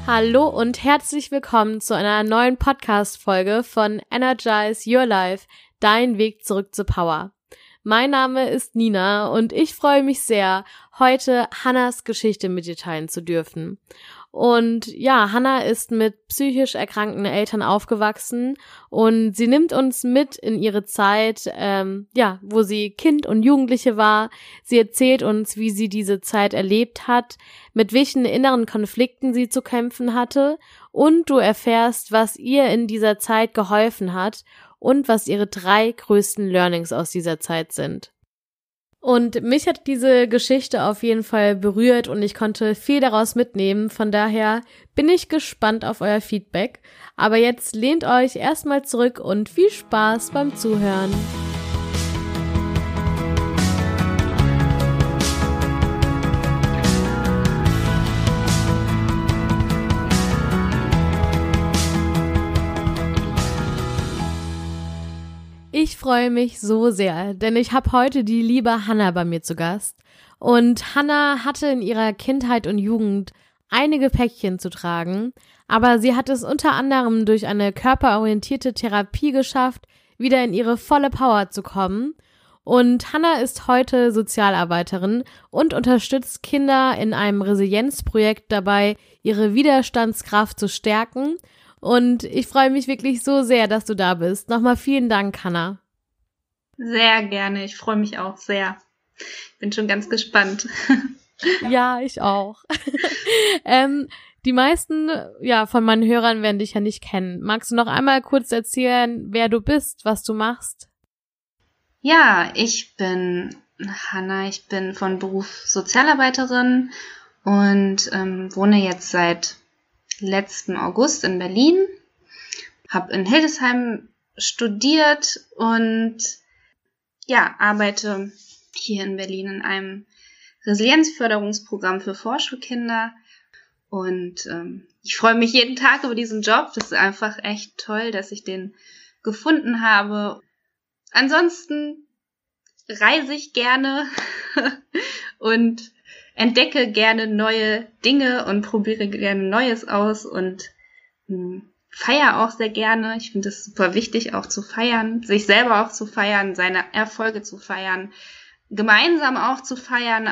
Hallo und herzlich willkommen zu einer neuen Podcast-Folge von Energize Your Life, dein Weg zurück zur Power. Mein Name ist Nina und ich freue mich sehr, heute Hannas Geschichte mit dir teilen zu dürfen. Und ja, Hanna ist mit psychisch erkrankten Eltern aufgewachsen und sie nimmt uns mit in ihre Zeit, wo sie Kind und Jugendliche war. Sie erzählt uns, wie sie diese Zeit erlebt hat, mit welchen inneren Konflikten sie zu kämpfen hatte und du erfährst, was ihr in dieser Zeit geholfen hat und was ihre 3 größten Learnings aus dieser Zeit sind. Und mich hat diese Geschichte auf jeden Fall berührt und ich konnte viel daraus mitnehmen. Von daher bin ich gespannt auf euer Feedback. Aber jetzt lehnt euch erstmal zurück und viel Spaß beim Zuhören. Ich freue mich so sehr, denn ich habe heute die liebe Hanna bei mir zu Gast. Und Hanna hatte in ihrer Kindheit und Jugend einige Päckchen zu tragen, aber sie hat es unter anderem durch eine körperorientierte Therapie geschafft, wieder in ihre volle Power zu kommen. Und Hanna ist heute Sozialarbeiterin und unterstützt Kinder in einem Resilienzprojekt dabei, ihre Widerstandskraft zu stärken. Und ich freue mich wirklich so sehr, dass du da bist. Nochmal vielen Dank, Hanna. Sehr gerne. Ich freue mich auch sehr. Bin schon ganz gespannt. Ja, ich auch. Die meisten von meinen Hörern werden dich ja nicht kennen. Magst du noch einmal kurz erzählen, wer du bist, was du machst? Ja, ich bin Hanna. Ich bin von Beruf Sozialarbeiterin und wohne jetzt seit letzten August in Berlin, habe in Hildesheim studiert und arbeite hier in Berlin in einem Resilienzförderungsprogramm für Vorschulkinder und ich freue mich jeden Tag über diesen Job. Das ist einfach echt toll, dass ich den gefunden habe. Ansonsten reise ich gerne und entdecke gerne neue Dinge und probiere gerne Neues aus und feiere auch sehr gerne. Ich finde es super wichtig, auch zu feiern, sich selber auch zu feiern, seine Erfolge zu feiern, gemeinsam auch zu feiern,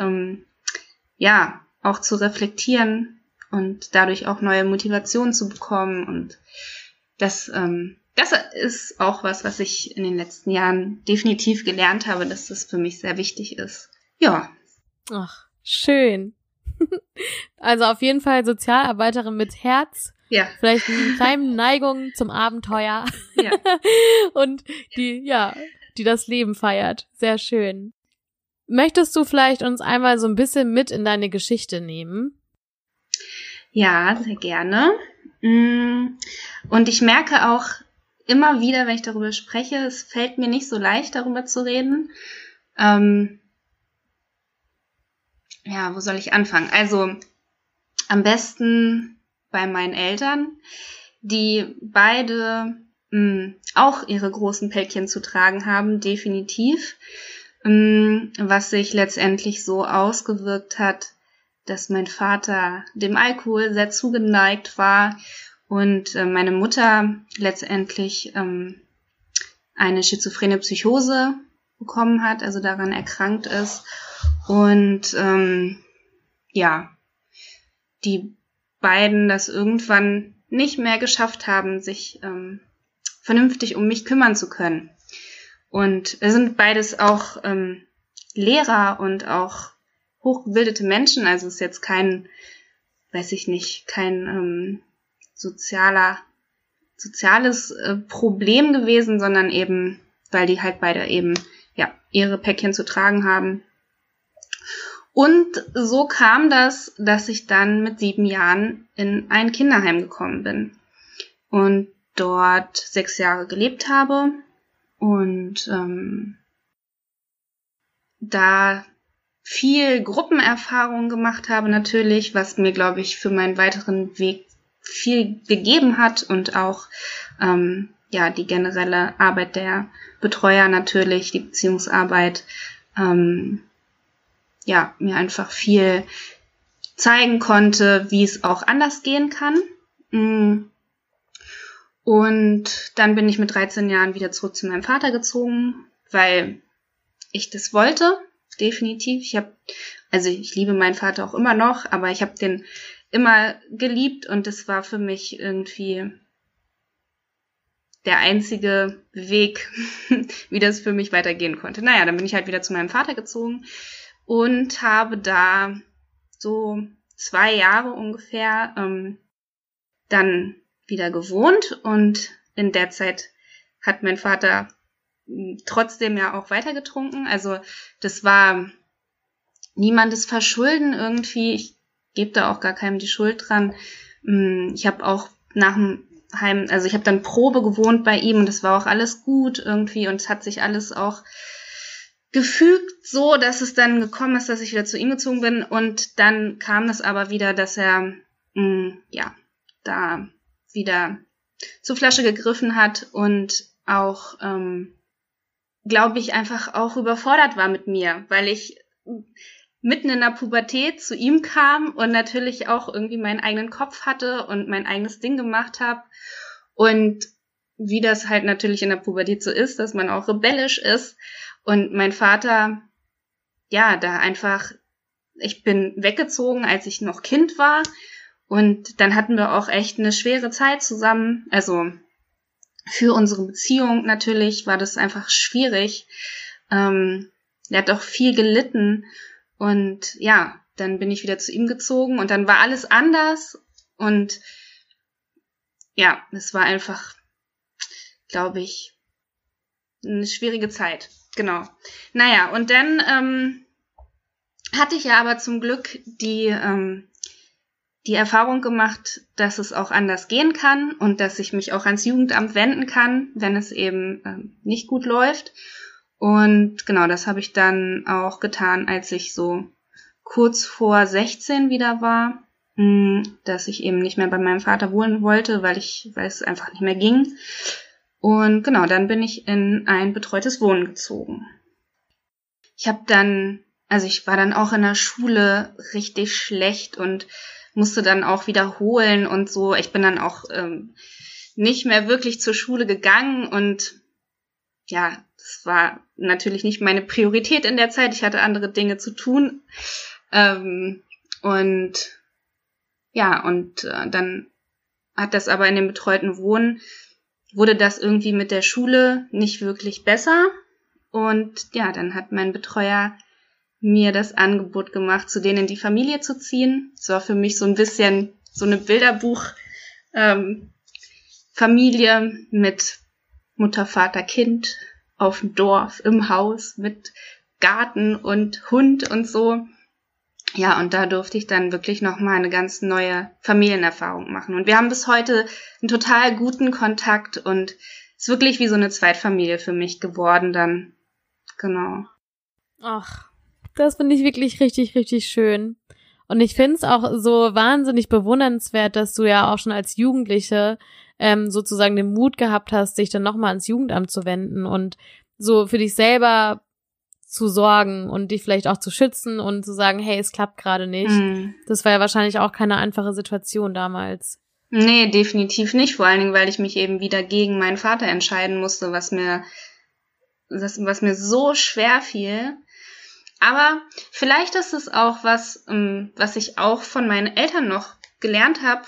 auch zu reflektieren und dadurch auch neue Motivationen zu bekommen. Und das ist auch was ich in den letzten Jahren definitiv gelernt habe, dass das für mich sehr wichtig ist. Ja. Ach, schön. Also auf jeden Fall Sozialarbeiterin mit Herz. Ja. Vielleicht eine kleine Neigung zum Abenteuer. Ja. Und die das Leben feiert. Sehr schön. Möchtest du vielleicht uns einmal so ein bisschen mit in deine Geschichte nehmen? Ja, sehr gerne. Und ich merke auch immer wieder, wenn ich darüber spreche, es fällt mir nicht so leicht, darüber zu reden. Wo soll ich anfangen? Also am besten bei meinen Eltern, die beide auch ihre großen Päckchen zu tragen haben, definitiv. Was sich letztendlich so ausgewirkt hat, dass mein Vater dem Alkohol sehr zugeneigt war und meine Mutter letztendlich eine schizophrene Psychose bekommen hat, also daran erkrankt ist. Und die beiden das irgendwann nicht mehr geschafft haben, sich vernünftig um mich kümmern zu können. Und es sind beides auch Lehrer und auch hochgebildete Menschen, also es ist jetzt kein soziales Problem gewesen, sondern eben, weil die halt beide eben ihre Päckchen zu tragen haben. Und so kam das, dass ich dann mit 7 Jahren in ein Kinderheim gekommen bin und dort 6 Jahre gelebt habe und da viel Gruppenerfahrung gemacht habe natürlich, was mir, glaube ich, für meinen weiteren Weg viel gegeben hat und auch die generelle Arbeit der Betreuer natürlich, die Beziehungsarbeit, mir einfach viel zeigen konnte, wie es auch anders gehen kann. Und dann bin ich mit 13 Jahren wieder zurück zu meinem Vater gezogen, weil ich das wollte, definitiv. Ich liebe meinen Vater auch immer noch, aber ich habe den immer geliebt und das war für mich irgendwie der einzige Weg, wie das für mich weitergehen konnte. Naja, dann bin ich halt wieder zu meinem Vater gezogen und habe da so 2 Jahre ungefähr dann wieder gewohnt und in der Zeit hat mein Vater trotzdem ja auch weiter getrunken. Also das war niemandes Verschulden irgendwie. Ich gebe da auch gar keinem die Schuld dran. Ich habe auch nach dem ich habe dann Probe gewohnt bei ihm und das war auch alles gut irgendwie und es hat sich alles auch gefügt so, dass es dann gekommen ist, dass ich wieder zu ihm gezogen bin und dann kam es aber wieder, dass er da wieder zur Flasche gegriffen hat und auch, glaube ich, einfach auch überfordert war mit mir, weil ich mitten in der Pubertät zu ihm kam und natürlich auch irgendwie meinen eigenen Kopf hatte und mein eigenes Ding gemacht habe und wie das halt natürlich in der Pubertät so ist, dass man auch rebellisch ist und mein Vater, ja, da einfach, ich bin weggezogen, als ich noch Kind war und dann hatten wir auch echt eine schwere Zeit zusammen, also für unsere Beziehung natürlich war das einfach schwierig, er hat auch viel gelitten. Und ja, dann bin ich wieder zu ihm gezogen und dann war alles anders und ja, es war einfach, glaube ich, eine schwierige Zeit. Genau. Naja, und dann hatte ich ja aber zum Glück die Erfahrung gemacht, dass es auch anders gehen kann und dass ich mich auch ans Jugendamt wenden kann, wenn es eben nicht gut läuft. Und genau, das habe ich dann auch getan, als ich so kurz vor 16 wieder war, dass ich eben nicht mehr bei meinem Vater wohnen wollte, weil es einfach nicht mehr ging. Und genau, dann bin ich in ein betreutes Wohnen gezogen. Ich war dann auch in der Schule richtig schlecht und musste dann auch wiederholen und so. Ich bin dann auch nicht mehr wirklich zur Schule gegangen und ja, das war natürlich nicht meine Priorität in der Zeit. Ich hatte andere Dinge zu tun. Dann hat das aber in dem betreuten Wohnen, wurde das irgendwie mit der Schule nicht wirklich besser. Und ja, dann hat mein Betreuer mir das Angebot gemacht, zu denen in die Familie zu ziehen. Das war für mich so ein bisschen so eine Bilderbuch-Familie mit Mutter, Vater, Kind auf dem Dorf, im Haus, mit Garten und Hund und so. Ja, und da durfte ich dann wirklich nochmal eine ganz neue Familienerfahrung machen. Und wir haben bis heute einen total guten Kontakt und es ist wirklich wie so eine Zweitfamilie für mich geworden dann. Genau. Ach, das finde ich wirklich richtig, richtig schön. Und ich finde es auch so wahnsinnig bewundernswert, dass du ja auch schon als Jugendliche sozusagen den Mut gehabt hast, dich dann nochmal ans Jugendamt zu wenden und so für dich selber zu sorgen und dich vielleicht auch zu schützen und zu sagen, hey, es klappt gerade nicht. Das war ja wahrscheinlich auch keine einfache Situation damals. Nee, definitiv nicht. Vor allen Dingen, weil ich mich eben wieder gegen meinen Vater entscheiden musste, was mir so schwer fiel. Aber vielleicht ist es auch was ich auch von meinen Eltern noch gelernt habe,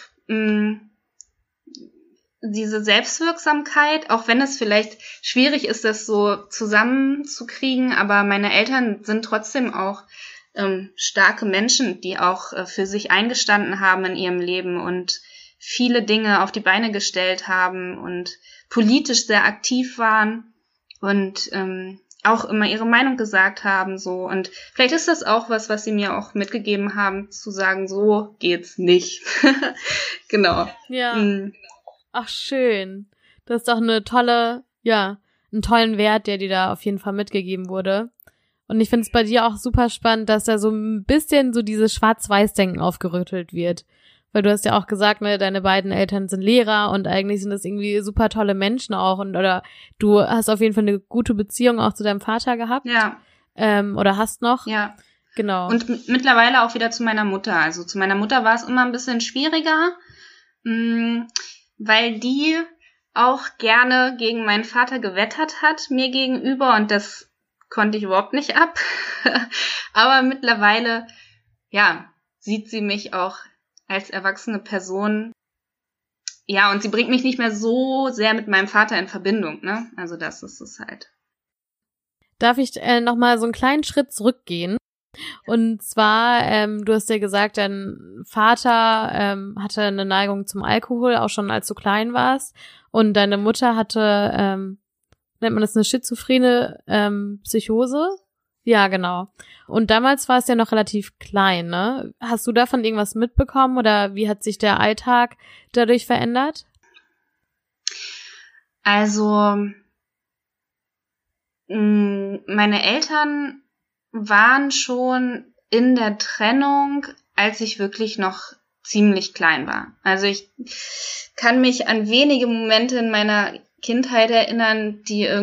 diese Selbstwirksamkeit, auch wenn es vielleicht schwierig ist, das so zusammenzukriegen, aber meine Eltern sind trotzdem auch starke Menschen, die auch für sich eingestanden haben in ihrem Leben und viele Dinge auf die Beine gestellt haben und politisch sehr aktiv waren und auch immer ihre Meinung gesagt haben, so. Und vielleicht ist das auch was sie mir auch mitgegeben haben, zu sagen, so geht's nicht. Genau. Ja. Ach, schön. Das ist doch einen tollen Wert, der dir da auf jeden Fall mitgegeben wurde. Und ich finde es bei dir auch super spannend, dass da so ein bisschen so dieses Schwarz-Weiß-Denken aufgerüttelt wird. Weil du hast ja auch gesagt, ne, deine beiden Eltern sind Lehrer und eigentlich sind das irgendwie super tolle Menschen auch oder du hast auf jeden Fall eine gute Beziehung auch zu deinem Vater gehabt. Ja. Oder hast noch. Ja. Genau. Und mittlerweile auch wieder zu meiner Mutter. Also zu meiner Mutter war es immer ein bisschen schwieriger, weil die auch gerne gegen meinen Vater gewettert hat, mir gegenüber, und das konnte ich überhaupt nicht ab. Aber mittlerweile, ja, sieht sie mich auch als erwachsene Person. Ja, und sie bringt mich nicht mehr so sehr mit meinem Vater in Verbindung, ne? Also das ist es halt. Darf ich nochmal so einen kleinen Schritt zurückgehen? Und zwar, du hast ja gesagt, dein Vater hatte eine Neigung zum Alkohol, auch schon als du klein warst. Und deine Mutter hatte, nennt man das eine schizophrene Psychose? Ja, genau. Und damals war es ja noch relativ klein, ne? Hast du davon irgendwas mitbekommen oder wie hat sich der Alltag dadurch verändert? Also, meine Eltern waren schon in der Trennung, als ich wirklich noch ziemlich klein war. Also ich kann mich an wenige Momente in meiner Kindheit erinnern,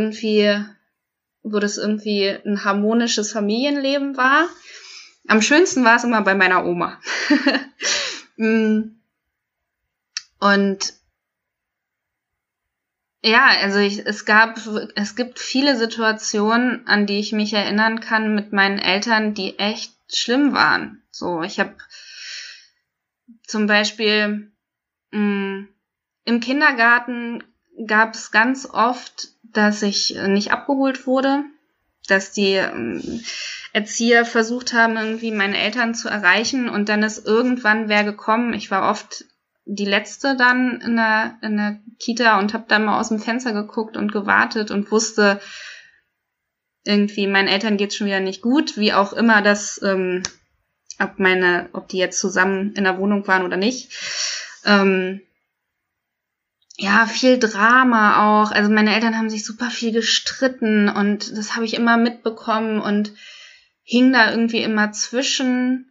wo das irgendwie ein harmonisches Familienleben war. Am schönsten war es immer bei meiner Oma. Und ja, also es gibt viele Situationen, an die ich mich erinnern kann mit meinen Eltern, die echt schlimm waren. So, ich habe zum Beispiel im Kindergarten gab es ganz oft, dass ich nicht abgeholt wurde, dass die Erzieher versucht haben, irgendwie meine Eltern zu erreichen, und dann ist irgendwann wer gekommen. Ich war oft die Letzte dann in der Kita und habe dann mal aus dem Fenster geguckt und gewartet und wusste, irgendwie meinen Eltern geht's schon wieder nicht gut, wie auch immer das, ob die jetzt zusammen in der Wohnung waren oder nicht. Ja, viel Drama auch. Also meine Eltern haben sich super viel gestritten und das habe ich immer mitbekommen und hing da irgendwie immer zwischen.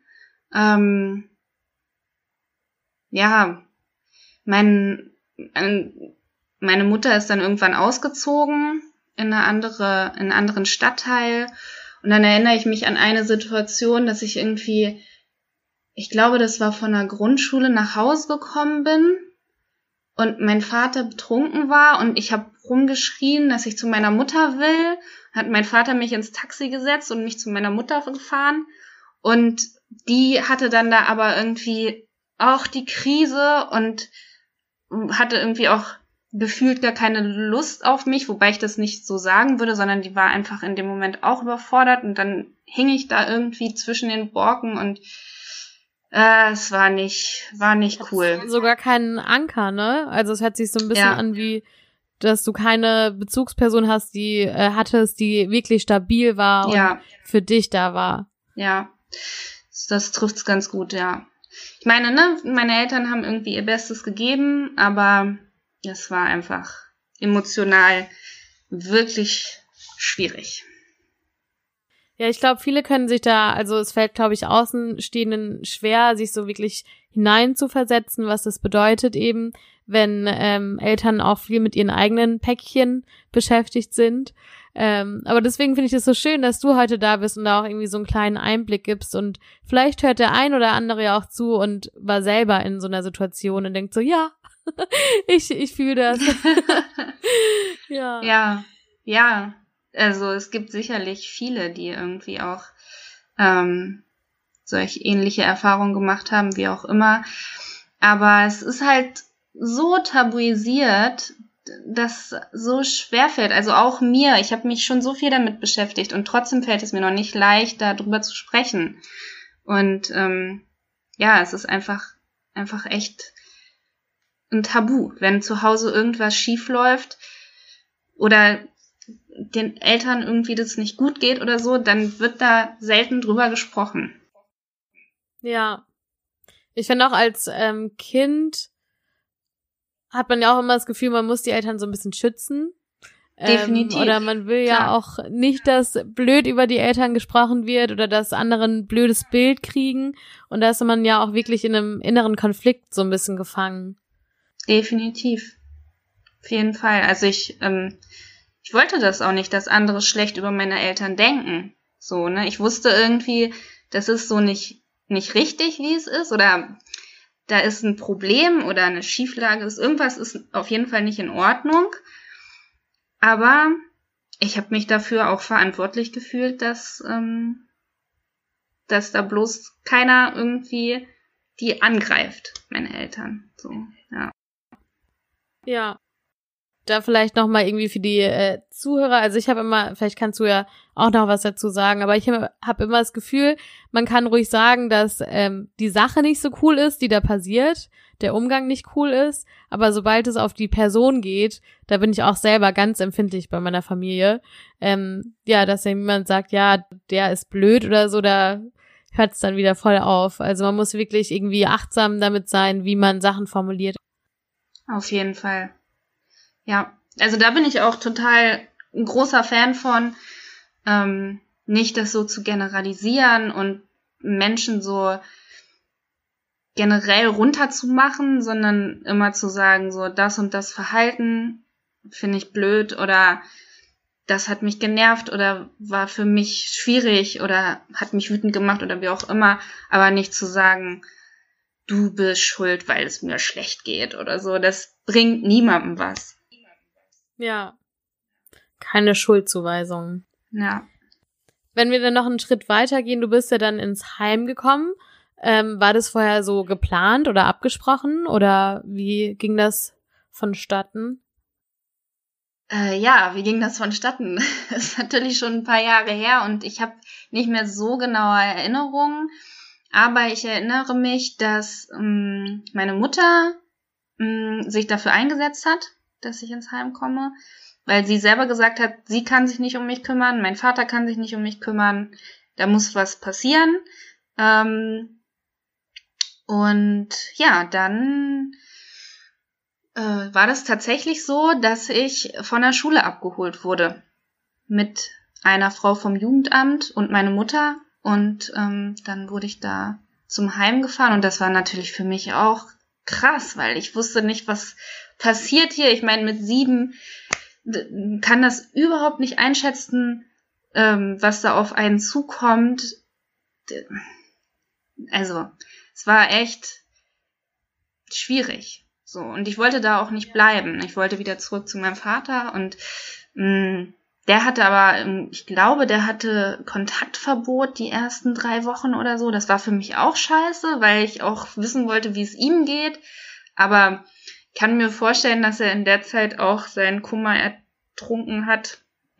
Ja, meine Mutter ist dann irgendwann ausgezogen in einen anderen Stadtteil, und dann erinnere ich mich an eine Situation, dass ich irgendwie, ich glaube, das war von der Grundschule, nach Hause gekommen bin und mein Vater betrunken war und ich habe rumgeschrien, dass ich zu meiner Mutter will. Hat mein Vater mich ins Taxi gesetzt und mich zu meiner Mutter gefahren, und die hatte dann da aber irgendwie auch die Krise und hatte irgendwie auch gefühlt gar keine Lust auf mich, wobei ich das nicht so sagen würde, sondern die war einfach in dem Moment auch überfordert, und dann hing ich da irgendwie zwischen den Borken und es war nicht cool. Sogar keinen Anker, ne? Also es hört sich so ein bisschen an wie, dass du keine Bezugsperson hattest, die wirklich stabil war und für dich da war. Ja, das trifft's ganz gut, ja. Ich meine, ne, meine Eltern haben irgendwie ihr Bestes gegeben, aber es war einfach emotional wirklich schwierig. Ja, ich glaube, viele können sich da, also es fällt, glaube ich, Außenstehenden schwer, sich so wirklich hineinzuversetzen, was das bedeutet eben, wenn Eltern auch viel mit ihren eigenen Päckchen beschäftigt sind. Aber deswegen finde ich das so schön, dass du heute da bist und da auch irgendwie so einen kleinen Einblick gibst, und vielleicht hört der ein oder andere ja auch zu und war selber in so einer Situation und denkt so, ja, ich fühle das. Ja. Also es gibt sicherlich viele, die irgendwie auch solch ähnliche Erfahrungen gemacht haben, wie auch immer. Aber es ist halt so tabuisiert, dass so schwer fällt. Also auch mir, ich habe mich schon so viel damit beschäftigt und trotzdem fällt es mir noch nicht leicht, darüber zu sprechen. Und es ist einfach echt ein Tabu. Wenn zu Hause irgendwas schief läuft oder den Eltern irgendwie das nicht gut geht oder so, dann wird da selten drüber gesprochen. Ja. Ich finde auch als Kind hat man ja auch immer das Gefühl, man muss die Eltern so ein bisschen schützen. Definitiv. Oder man will ja auch nicht, dass blöd über die Eltern gesprochen wird oder dass andere ein blödes Bild kriegen. Und da ist man ja auch wirklich in einem inneren Konflikt so ein bisschen gefangen. Definitiv. Auf jeden Fall. Also ich wollte das auch nicht, dass andere schlecht über meine Eltern denken. So, ne? Ich wusste irgendwie, das ist so nicht richtig, wie es ist, oder da ist ein Problem oder eine Schieflage, irgendwas ist auf jeden Fall nicht in Ordnung. Aber ich habe mich dafür auch verantwortlich gefühlt, dass da bloß keiner irgendwie die angreift, meine Eltern. So, ja. Ja. Da vielleicht noch mal irgendwie für die Zuhörer, also ich habe immer, vielleicht kannst du ja auch noch was dazu sagen, aber ich habe immer das Gefühl, man kann ruhig sagen, dass die Sache nicht so cool ist, die da passiert, der Umgang nicht cool ist, aber sobald es auf die Person geht, da bin ich auch selber ganz empfindlich bei meiner Familie, dass jemand sagt, ja, der ist blöd oder so, da hört es dann wieder voll auf. Also man muss wirklich irgendwie achtsam damit sein, wie man Sachen formuliert. Auf jeden Fall. Ja, also da bin ich auch total ein großer Fan von, nicht das so zu generalisieren und Menschen so generell runterzumachen, sondern immer zu sagen, so das und das Verhalten finde ich blöd oder das hat mich genervt oder war für mich schwierig oder hat mich wütend gemacht oder wie auch immer, aber nicht zu sagen, du bist schuld, weil es mir schlecht geht oder so. Das bringt niemandem was. Ja. Keine Schuldzuweisung. Ja. Wenn wir dann noch einen Schritt weiter gehen, du bist ja dann ins Heim gekommen. War das vorher so geplant oder abgesprochen oder wie ging das vonstatten? Wie ging das vonstatten? Das ist natürlich schon ein paar Jahre her und ich habe nicht mehr so genaue Erinnerungen, aber ich erinnere mich, dass meine Mutter sich dafür eingesetzt hat, dass ich ins Heim komme, weil sie selber gesagt hat, sie kann sich nicht um mich kümmern, mein Vater kann sich nicht um mich kümmern, da muss was passieren. Und ja, dann war das tatsächlich so, dass ich von der Schule abgeholt wurde mit einer Frau vom Jugendamt und meine Mutter und dann wurde ich da zum Heim gefahren und das war natürlich für mich auch krass, weil ich wusste nicht, was passiert hier. Ich meine, mit 7 kann das überhaupt nicht einschätzen, was da auf einen zukommt. Also, es war echt schwierig. So, und ich wollte da auch nicht bleiben. Ich wollte wieder zurück zu meinem Vater und der hatte aber, ich glaube, der hatte Kontaktverbot die ersten 3 Wochen oder so. Das war für mich auch scheiße, weil ich auch wissen wollte, wie es ihm geht. Aber ich kann mir vorstellen, dass er in der Zeit auch seinen Kummer ertrunken hat.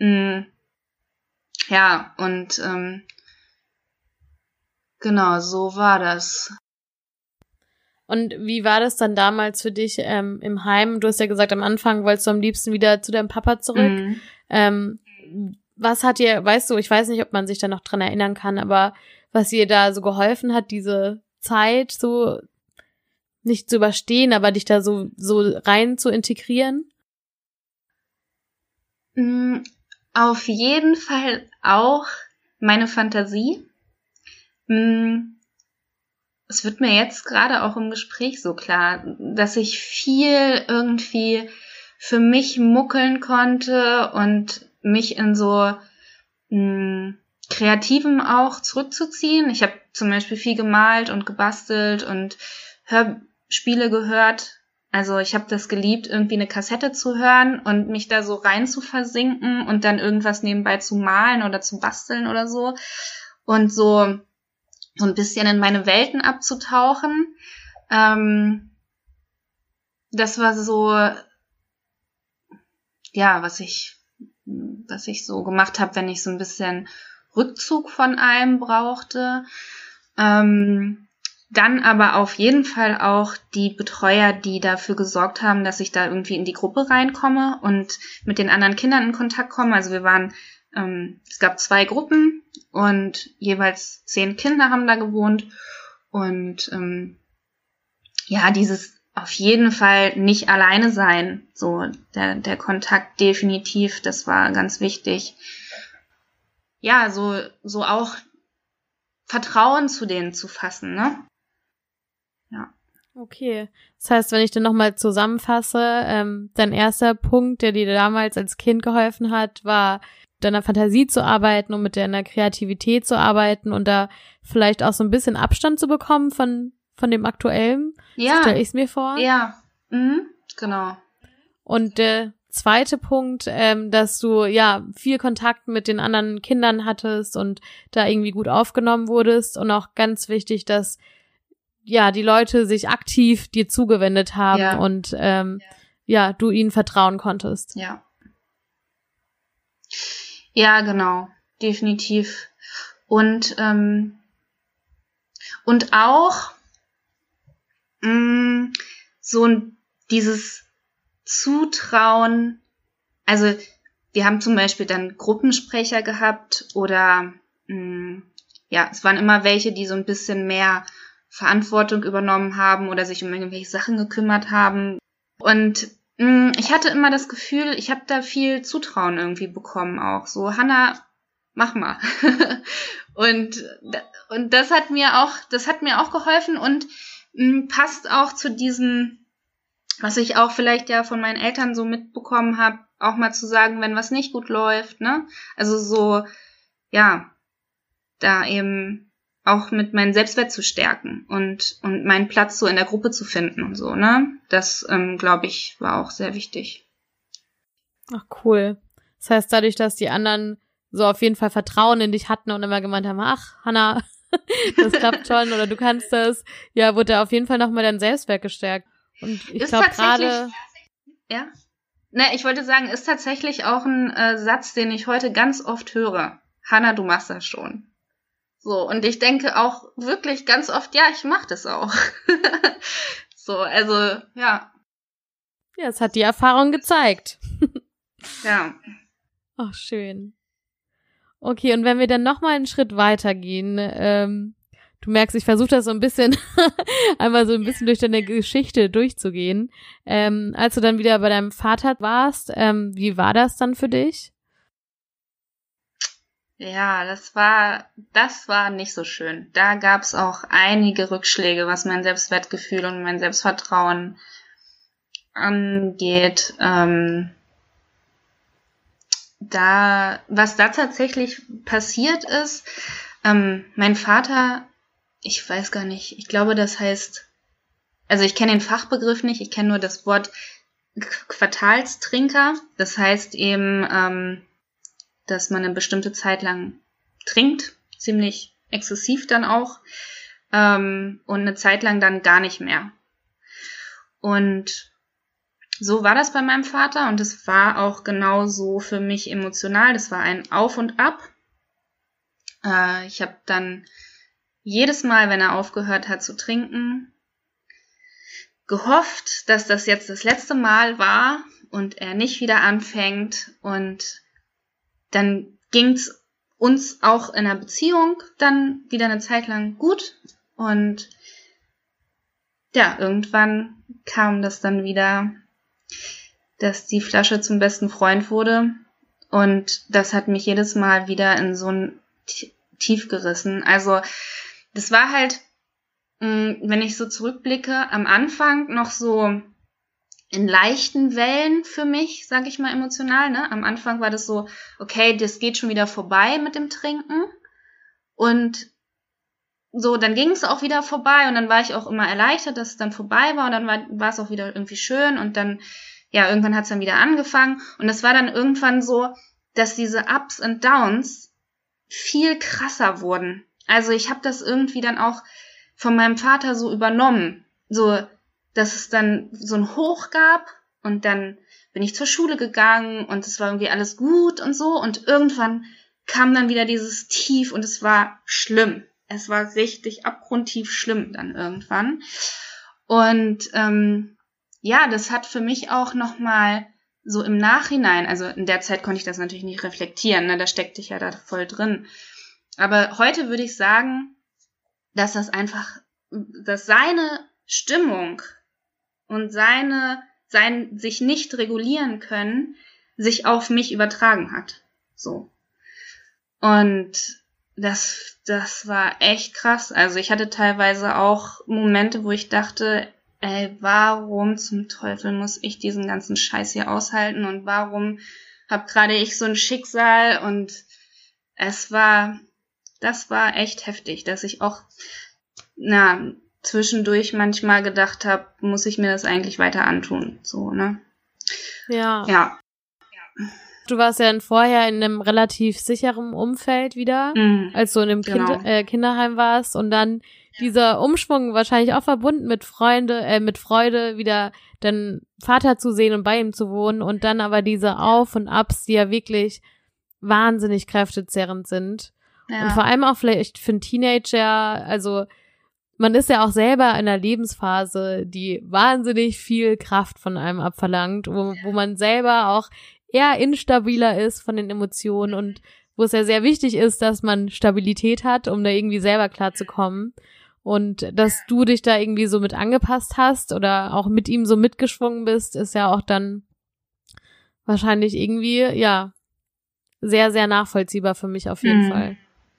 Ja, und genau, so war das. Und wie war das dann damals für dich im Heim? Du hast ja gesagt, am Anfang wolltest du am liebsten wieder zu deinem Papa zurück. Was hat dir, weißt du, ich weiß nicht, ob man sich da noch dran erinnern kann, aber was dir da so geholfen hat, diese Zeit so nicht zu überstehen, aber dich da so rein zu integrieren? Auf jeden Fall auch meine Fantasie. Es wird mir jetzt gerade auch im Gespräch so klar, dass ich viel irgendwie für mich muckeln konnte und mich in so Kreativem auch zurückzuziehen. Ich habe zum Beispiel viel gemalt und gebastelt und Hörspiele gehört. Also ich habe das geliebt, irgendwie eine Kassette zu hören und mich da so rein zu versinken und dann irgendwas nebenbei zu malen oder zu basteln oder so. Und so ein bisschen in meine Welten abzutauchen. Das war so, ja, was ich so gemacht habe, wenn ich so ein bisschen Rückzug von allem brauchte. Dann aber auf jeden Fall auch die Betreuer, die dafür gesorgt haben, dass ich da irgendwie in die Gruppe reinkomme und mit den anderen Kindern in Kontakt komme. Also es gab 2 Gruppen und jeweils 10 Kinder haben da gewohnt. Und dieses auf jeden Fall nicht alleine sein. So der Kontakt definitiv, das war ganz wichtig. Ja, so auch Vertrauen zu denen zu fassen, ne? Ja. Okay. Das heißt, wenn ich dann nochmal zusammenfasse, dein erster Punkt, der dir damals als Kind geholfen hat, war, deiner Fantasie zu arbeiten und mit deiner Kreativität zu arbeiten und da vielleicht auch so ein bisschen Abstand zu bekommen von dem Aktuellen. Ja. Stelle ich es mir vor. Ja, genau. Und der zweite Punkt, dass du ja viel Kontakt mit den anderen Kindern hattest und da irgendwie gut aufgenommen wurdest und auch ganz wichtig, dass ja die Leute sich aktiv dir zugewendet haben und du ihnen vertrauen konntest. Ja, genau, definitiv. Und auch dieses Zutrauen, also wir haben zum Beispiel dann Gruppensprecher gehabt oder es waren immer welche, die so ein bisschen mehr Verantwortung übernommen haben oder sich um irgendwelche Sachen gekümmert haben. Und ich hatte immer das Gefühl, ich habe da viel Zutrauen irgendwie bekommen auch. So, Hannah, mach mal. und das hat mir auch geholfen und passt auch zu diesem, was ich auch vielleicht ja von meinen Eltern so mitbekommen habe, auch mal zu sagen, wenn was nicht gut läuft, ne? Also so, ja, da eben auch mit meinem Selbstwert zu stärken und meinen Platz so in der Gruppe zu finden und so, ne? Das, glaube ich, war auch sehr wichtig. Ach, cool. Das heißt, dadurch, dass die anderen so auf jeden Fall Vertrauen in dich hatten und immer gemeint haben, ach, Hannah, das klappt schon oder du kannst das, ja, wurde auf jeden Fall nochmal dein Selbstwert gestärkt. Und ich glaube gerade... Ja? Ne, ich wollte sagen, ist tatsächlich auch ein Satz, den ich heute ganz oft höre. Hannah, du machst das schon. So, und ich denke auch wirklich ganz oft, ja, ich mach das auch. So, also, ja. Ja, es hat die Erfahrung gezeigt. Ja. Ach, schön. Okay, und wenn wir dann nochmal einen Schritt weitergehen, du merkst, ich versuche das so ein bisschen, einmal so ein bisschen durch deine Geschichte durchzugehen. Als du dann wieder bei deinem Vater warst, wie war das dann für dich? Ja, das war nicht so schön. Da gab's auch einige Rückschläge, was mein Selbstwertgefühl und mein Selbstvertrauen angeht. Was da tatsächlich passiert ist, mein Vater, ich weiß gar nicht, ich glaube, das heißt, also ich kenne den Fachbegriff nicht, ich kenne nur das Wort Quartalstrinker. Das heißt eben, dass man eine bestimmte Zeit lang trinkt, ziemlich exzessiv dann auch, und eine Zeit lang dann gar nicht mehr. Und so war das bei meinem Vater und es war auch genauso für mich emotional. Das war ein Auf und Ab. Ich habe dann jedes Mal, wenn er aufgehört hat zu trinken, gehofft, dass das jetzt das letzte Mal war und er nicht wieder anfängt. Und dann ging's uns auch in der Beziehung dann wieder eine Zeit lang gut. Und ja, irgendwann kam das dann wieder, dass die Flasche zum besten Freund wurde. Und das hat mich jedes Mal wieder in so ein Tief gerissen. Also das war halt, wenn ich so zurückblicke, am Anfang noch so in leichten Wellen für mich, sag ich mal emotional, ne? Am Anfang war das so, okay, das geht schon wieder vorbei mit dem Trinken. Und so, dann ging es auch wieder vorbei und dann war ich auch immer erleichtert, dass es dann vorbei war und dann war es auch wieder irgendwie schön und dann, ja, irgendwann hat es dann wieder angefangen und es war dann irgendwann so, dass diese Ups und Downs viel krasser wurden. Also ich habe das irgendwie dann auch von meinem Vater so übernommen, so, dass es dann so ein Hoch gab und dann bin ich zur Schule gegangen und es war irgendwie alles gut und so und irgendwann kam dann wieder dieses Tief und es war schlimm. Es war richtig abgrundtief schlimm dann irgendwann. Und ja, das hat für mich auch nochmal so im Nachhinein, also in der Zeit konnte ich das natürlich nicht reflektieren, ne? Da steckte ich ja da voll drin. Aber heute würde ich sagen, dass das einfach, dass seine Stimmung und sein sich nicht regulieren können, sich auf mich übertragen hat. So. Und das war echt krass. Also ich hatte teilweise auch Momente, wo ich dachte, ey, warum zum Teufel muss ich diesen ganzen Scheiß hier aushalten und warum habe gerade ich so ein Schicksal und das war echt heftig, dass ich auch zwischendurch manchmal gedacht habe, muss ich mir das eigentlich weiter antun, so, ne? Ja. Ja. Du warst ja dann vorher in einem relativ sicheren Umfeld wieder, als du in einem genau. Kinderheim warst und dann dieser Umschwung wahrscheinlich auch verbunden mit Freude, wieder deinen Vater zu sehen und bei ihm zu wohnen und dann aber diese Auf und Abs, die ja wirklich wahnsinnig kräftezehrend sind. Ja. Und vor allem auch vielleicht für einen Teenager, also man ist ja auch selber in einer Lebensphase, die wahnsinnig viel Kraft von einem abverlangt, wo man selber auch eher instabiler ist von den Emotionen und wo es ja sehr wichtig ist, dass man Stabilität hat, um da irgendwie selber klarzukommen. Und dass du dich da irgendwie so mit angepasst hast oder auch mit ihm so mitgeschwungen bist, ist ja auch dann wahrscheinlich irgendwie, ja, sehr, sehr nachvollziehbar für mich auf jeden Fall.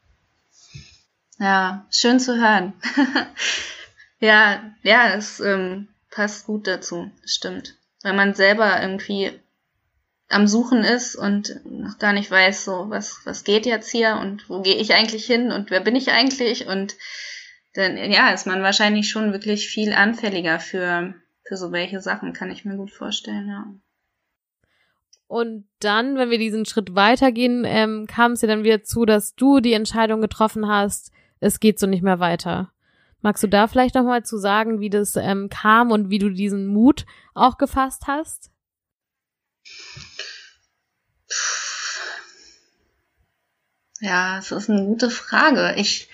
Ja, schön zu hören. Ja, es passt gut dazu, stimmt. Weil man selber irgendwie am Suchen ist und noch gar nicht weiß, so, was geht jetzt hier und wo gehe ich eigentlich hin und wer bin ich eigentlich? Und dann, ja, ist man wahrscheinlich schon wirklich viel anfälliger für so welche Sachen, kann ich mir gut vorstellen, ja. Und dann, wenn wir diesen Schritt weitergehen, kam es dir dann wieder zu, dass du die Entscheidung getroffen hast, es geht so nicht mehr weiter. Magst du da vielleicht nochmal zu sagen, wie das kam und wie du diesen Mut auch gefasst hast? Ja, es ist eine gute Frage. Ich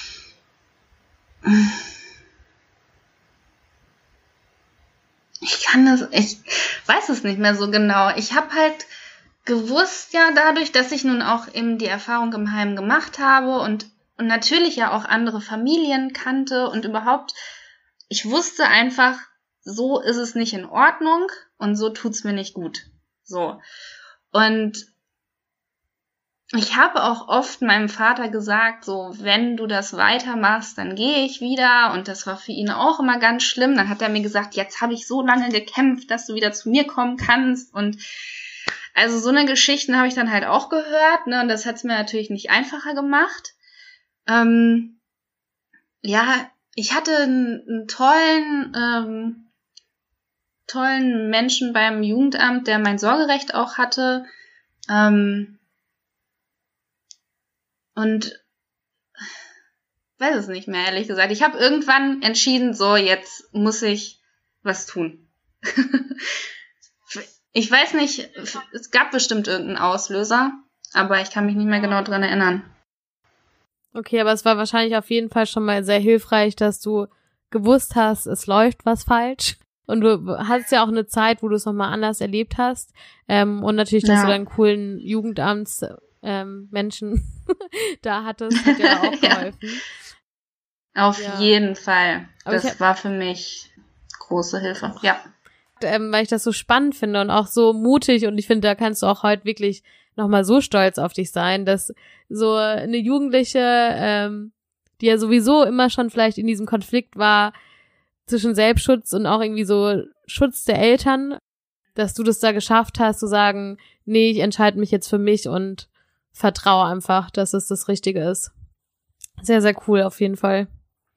weiß es nicht mehr so genau. Ich habe halt gewusst, ja, dadurch, dass ich nun auch eben die Erfahrung im Heim gemacht habe und natürlich ja auch andere Familien kannte und überhaupt, ich wusste einfach, so ist es nicht in Ordnung und so tut's mir nicht gut. So. Und ich habe auch oft meinem Vater gesagt, so, wenn du das weitermachst, dann gehe ich wieder. Und das war für ihn auch immer ganz schlimm. Dann hat er mir gesagt, jetzt habe ich so lange gekämpft, dass du wieder zu mir kommen kannst. Und also so eine Geschichten habe ich dann halt auch gehört, ne? Und das hat es mir natürlich nicht einfacher gemacht. Ja, ich hatte einen tollen Menschen beim Jugendamt, der mein Sorgerecht auch hatte. Und weiß es nicht mehr, ehrlich gesagt. Ich habe irgendwann entschieden, so, jetzt muss ich was tun. Ich weiß nicht, es gab bestimmt irgendeinen Auslöser, aber ich kann mich nicht mehr genau dran erinnern. Okay, aber es war wahrscheinlich auf jeden Fall schon mal sehr hilfreich, dass du gewusst hast, es läuft was falsch. Und du hattest ja auch eine Zeit, wo du es nochmal anders erlebt hast. Und natürlich, dass du deinen coolen Jugendamtsmenschen da hattest, hat ja auch geholfen. Auf jeden Fall. Das war für mich große Hilfe. Ja. Weil ich das so spannend finde und auch so mutig und ich finde, da kannst du auch heute wirklich nochmal so stolz auf dich sein, dass so eine Jugendliche, die ja sowieso immer schon vielleicht in diesem Konflikt war zwischen Selbstschutz und auch irgendwie so Schutz der Eltern, dass du das da geschafft hast, zu sagen, nee, ich entscheide mich jetzt für mich und vertraue einfach, dass es das Richtige ist. Sehr, sehr cool auf jeden Fall.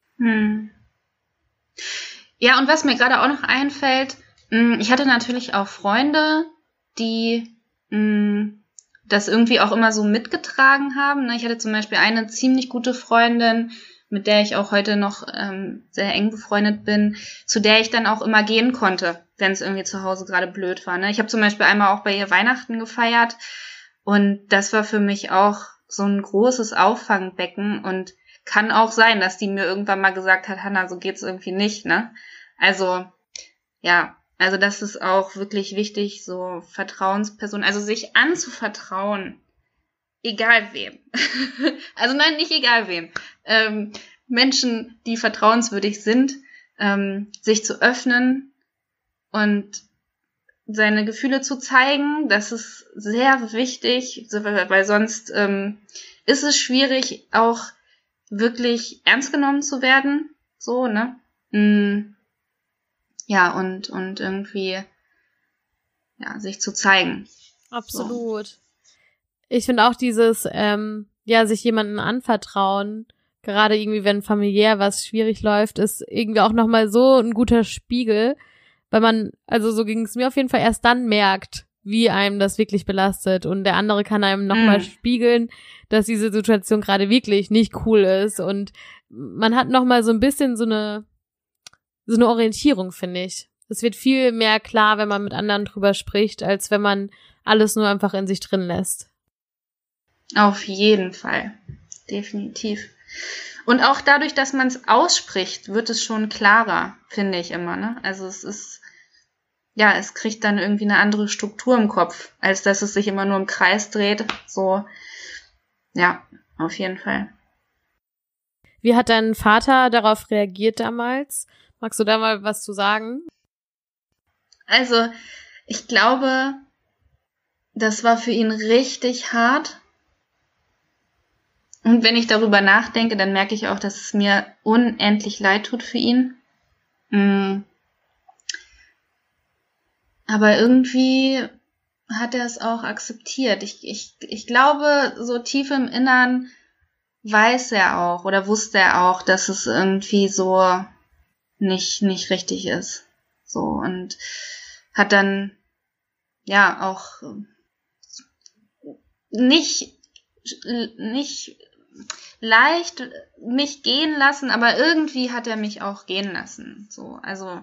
Ja, und was mir gerade auch noch einfällt, ich hatte natürlich auch Freunde, die das irgendwie auch immer so mitgetragen haben. Ich hatte zum Beispiel eine ziemlich gute Freundin, mit der ich auch heute noch sehr eng befreundet bin, zu der ich dann auch immer gehen konnte, wenn es irgendwie zu Hause gerade blöd war. Ich habe zum Beispiel einmal auch bei ihr Weihnachten gefeiert und das war für mich auch so ein großes Auffangbecken und kann auch sein, dass die mir irgendwann mal gesagt hat, Hannah, so geht's irgendwie nicht, ne? Also, ja, also das ist auch wirklich wichtig, so Vertrauenspersonen, also sich anzuvertrauen, egal wem. Also nein, nicht egal wem. Menschen, die vertrauenswürdig sind, sich zu öffnen und seine Gefühle zu zeigen, das ist sehr wichtig, weil sonst ist es schwierig, auch wirklich ernst genommen zu werden, so, ne? Ja, und irgendwie, ja, sich zu zeigen. Absolut. Ich finde auch dieses, sich jemandem anvertrauen, gerade irgendwie, wenn familiär was schwierig läuft, ist irgendwie auch nochmal so ein guter Spiegel, weil man, also so ging es mir auf jeden Fall, erst dann merkt, wie einem das wirklich belastet, und der andere kann einem nochmal spiegeln, dass diese Situation gerade wirklich nicht cool ist, und man hat nochmal so ein bisschen so eine Orientierung, finde ich. Es wird viel mehr klar, wenn man mit anderen drüber spricht, als wenn man alles nur einfach in sich drin lässt. Auf jeden Fall. Definitiv. Und auch dadurch, dass man es ausspricht, wird es schon klarer, finde ich immer, ne? Also es kriegt dann irgendwie eine andere Struktur im Kopf, als dass es sich immer nur im Kreis dreht. So, ja, auf jeden Fall. Wie hat dein Vater darauf reagiert damals? Magst du da mal was zu sagen? Also, ich glaube, das war für ihn richtig hart. Und wenn ich darüber nachdenke, dann merke ich auch, dass es mir unendlich leid tut für ihn. Aber irgendwie hat er es auch akzeptiert. Ich glaube, so tief im Innern weiß er auch oder wusste er auch, dass es irgendwie so nicht richtig ist. So, und hat dann ja auch nicht leicht mich gehen lassen, aber irgendwie hat er mich auch gehen lassen. So, also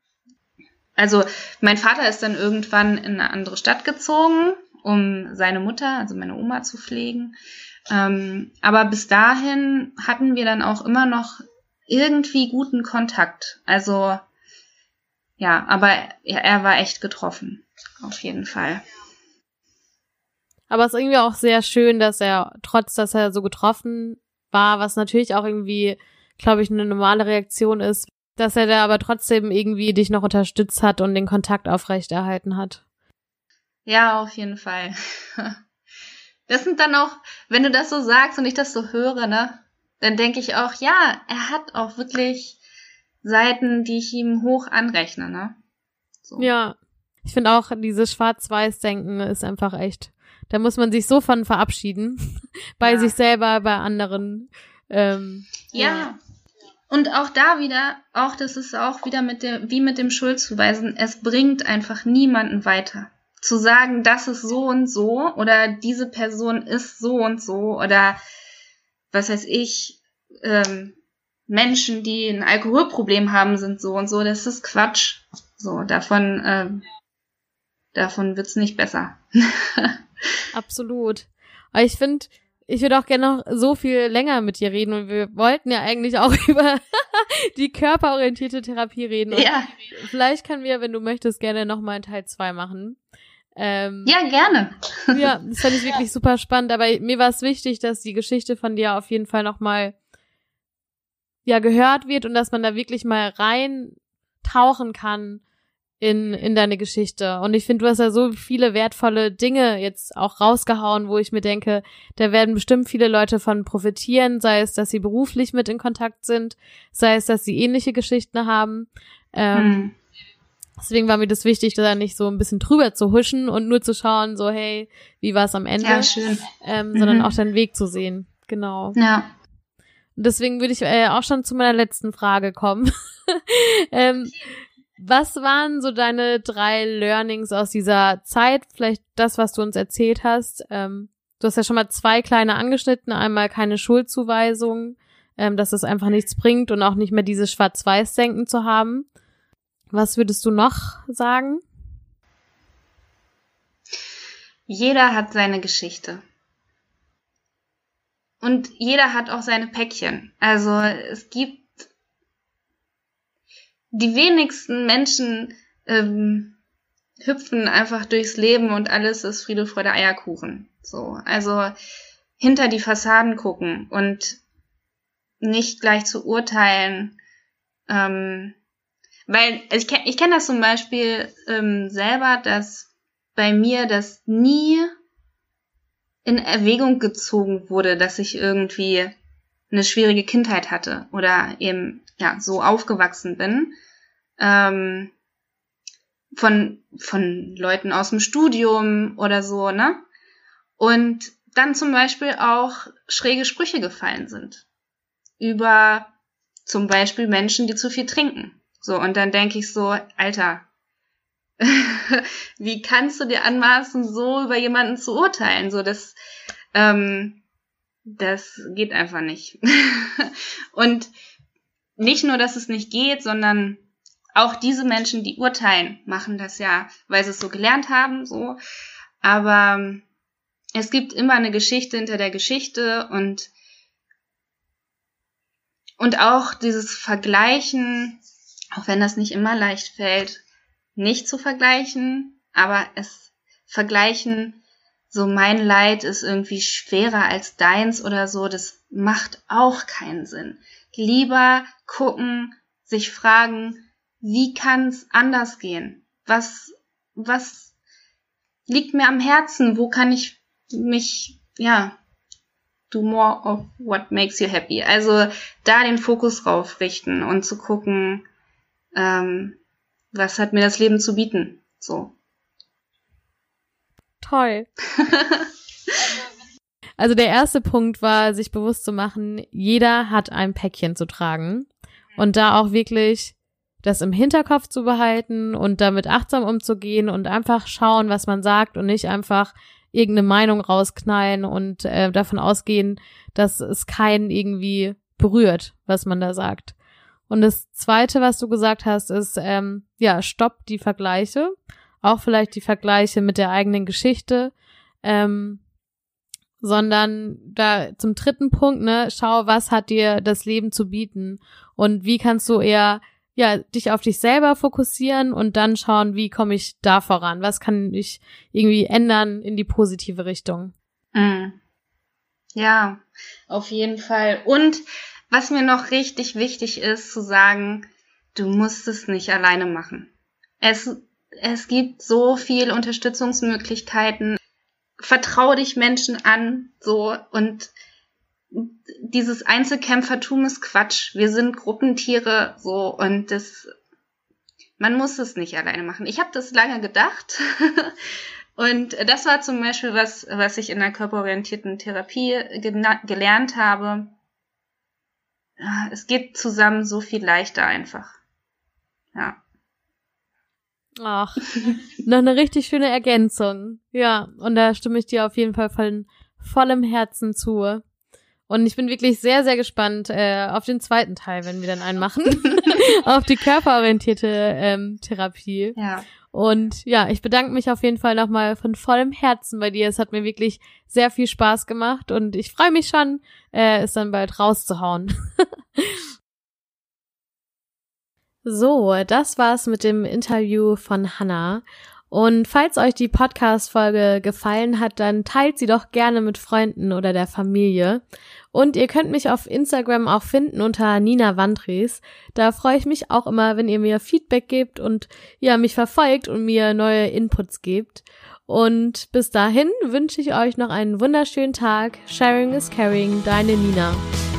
mein Vater ist dann irgendwann in eine andere Stadt gezogen, um seine Mutter, also meine Oma, zu pflegen. Aber bis dahin hatten wir dann auch immer noch irgendwie guten Kontakt. Also ja, aber er war echt getroffen, auf jeden Fall. Aber es ist irgendwie auch sehr schön, dass er, trotz dass er so getroffen war, was natürlich auch irgendwie, glaube ich, eine normale Reaktion ist, dass er da aber trotzdem irgendwie dich noch unterstützt hat und den Kontakt aufrechterhalten hat. Ja, auf jeden Fall. Das sind dann auch, wenn du das so sagst und ich das so höre, ne, dann denke ich auch, ja, er hat auch wirklich Seiten, die ich ihm hoch anrechne, ne. So. Ja, ich finde auch, dieses Schwarz-Weiß-Denken ist einfach echt, da muss man sich so von verabschieden, bei sich selber, bei anderen. Ja. Und auch da wieder, auch das ist auch wieder wie mit dem Schuldzuweisen, es bringt einfach niemanden weiter. Zu sagen, das ist so und so oder diese Person ist so und so oder was weiß ich, Menschen, die ein Alkoholproblem haben, sind so und so, das ist Quatsch. So, davon wird's nicht besser. Absolut. Aber ich finde, ich würde auch gerne noch so viel länger mit dir reden, und wir wollten ja eigentlich auch über die körperorientierte Therapie reden. Und ja. Vielleicht können wir, wenn du möchtest, gerne nochmal Teil 2 machen. Ja, gerne. Ja, das fand ich wirklich super spannend, aber mir war es wichtig, dass die Geschichte von dir auf jeden Fall nochmal gehört wird und dass man da wirklich mal reintauchen kann in deine Geschichte. Und ich finde, du hast ja so viele wertvolle Dinge jetzt auch rausgehauen, wo ich mir denke, da werden bestimmt viele Leute von profitieren, sei es, dass sie beruflich mit in Kontakt sind, sei es, dass sie ähnliche Geschichten haben. Deswegen war mir das wichtig, da nicht so ein bisschen drüber zu huschen und nur zu schauen, so, hey, wie war es am Ende? Ja, schön. Sondern auch deinen Weg zu sehen. Genau. Ja. Und deswegen würde ich auch schon zu meiner letzten Frage kommen. Was waren so deine 3 Learnings aus dieser Zeit? Vielleicht das, was du uns erzählt hast. Du hast ja schon mal 2 kleine angeschnitten. Einmal keine Schuldzuweisung, dass es einfach nichts bringt und auch nicht mehr dieses Schwarz-Weiß-Denken zu haben. Was würdest du noch sagen? Jeder hat seine Geschichte. Und jeder hat auch seine Päckchen. Also es gibt die wenigsten Menschen hüpfen einfach durchs Leben und alles ist Friede, Freude, Eierkuchen. So, also hinter die Fassaden gucken und nicht gleich zu urteilen. Weil also ich kenn das zum Beispiel selber, dass bei mir das nie in Erwägung gezogen wurde, dass ich irgendwie eine schwierige Kindheit hatte oder eben so aufgewachsen bin, von Leuten aus dem Studium oder so, ne? Und dann zum Beispiel auch schräge Sprüche gefallen sind. Über zum Beispiel Menschen, die zu viel trinken. So, und dann denke ich so, Alter, wie kannst du dir anmaßen, so über jemanden zu urteilen? So, das geht einfach nicht. Und nicht nur, dass es nicht geht, sondern auch diese Menschen, die urteilen, machen das ja, weil sie es so gelernt haben, so. Aber es gibt immer eine Geschichte hinter der Geschichte und auch dieses Vergleichen, auch wenn das nicht immer leicht fällt, nicht zu vergleichen, aber es vergleichen, so mein Leid ist irgendwie schwerer als deins oder so, das macht auch keinen Sinn. Lieber gucken, sich fragen, wie kann es anders gehen? Was liegt mir am Herzen? Wo kann ich mich, do more of what makes you happy? Also da den Fokus drauf richten und zu gucken, was hat mir das Leben zu bieten? So. Toll. Also der erste Punkt war, sich bewusst zu machen, jeder hat ein Päckchen zu tragen und da auch wirklich das im Hinterkopf zu behalten und damit achtsam umzugehen und einfach schauen, was man sagt und nicht einfach irgendeine Meinung rausknallen und davon ausgehen, dass es keinen irgendwie berührt, was man da sagt. Und das Zweite, was du gesagt hast, ist, stopp die Vergleiche, auch vielleicht die Vergleiche mit der eigenen Geschichte, sondern da zum dritten Punkt, ne, schau, was hat dir das Leben zu bieten und wie kannst du eher dich auf dich selber fokussieren und dann schauen, wie komme ich da voran, was kann ich irgendwie ändern in die positive Richtung. Ja, auf jeden Fall. Und was mir noch richtig wichtig ist, zu sagen, du musst es nicht alleine machen. Es gibt so viel Unterstützungsmöglichkeiten. Vertrau dich Menschen an, so, und dieses Einzelkämpfertum ist Quatsch. Wir sind Gruppentiere, so, und man muss es nicht alleine machen. Ich habe das lange gedacht. Und das war zum Beispiel was ich in der körperorientierten Therapie gelernt habe. Es geht zusammen so viel leichter einfach. Ja. Ach, noch eine richtig schöne Ergänzung. Ja, und da stimme ich dir auf jeden Fall von vollem Herzen zu. Und ich bin wirklich sehr, sehr gespannt auf den zweiten Teil, wenn wir dann einen machen. Auf die körperorientierte Therapie. Ja. Und ja, ich bedanke mich auf jeden Fall nochmal von vollem Herzen bei dir. Es hat mir wirklich sehr viel Spaß gemacht und ich freue mich schon, es dann bald rauszuhauen. So, das war's mit dem Interview von Hannah. Und falls euch die Podcast-Folge gefallen hat, dann teilt sie doch gerne mit Freunden oder der Familie. Und ihr könnt mich auf Instagram auch finden unter Nina Wandries. Da freue ich mich auch immer, wenn ihr mir Feedback gebt und mich verfolgt und mir neue Inputs gebt. Und bis dahin wünsche ich euch noch einen wunderschönen Tag. Sharing is caring, deine Nina.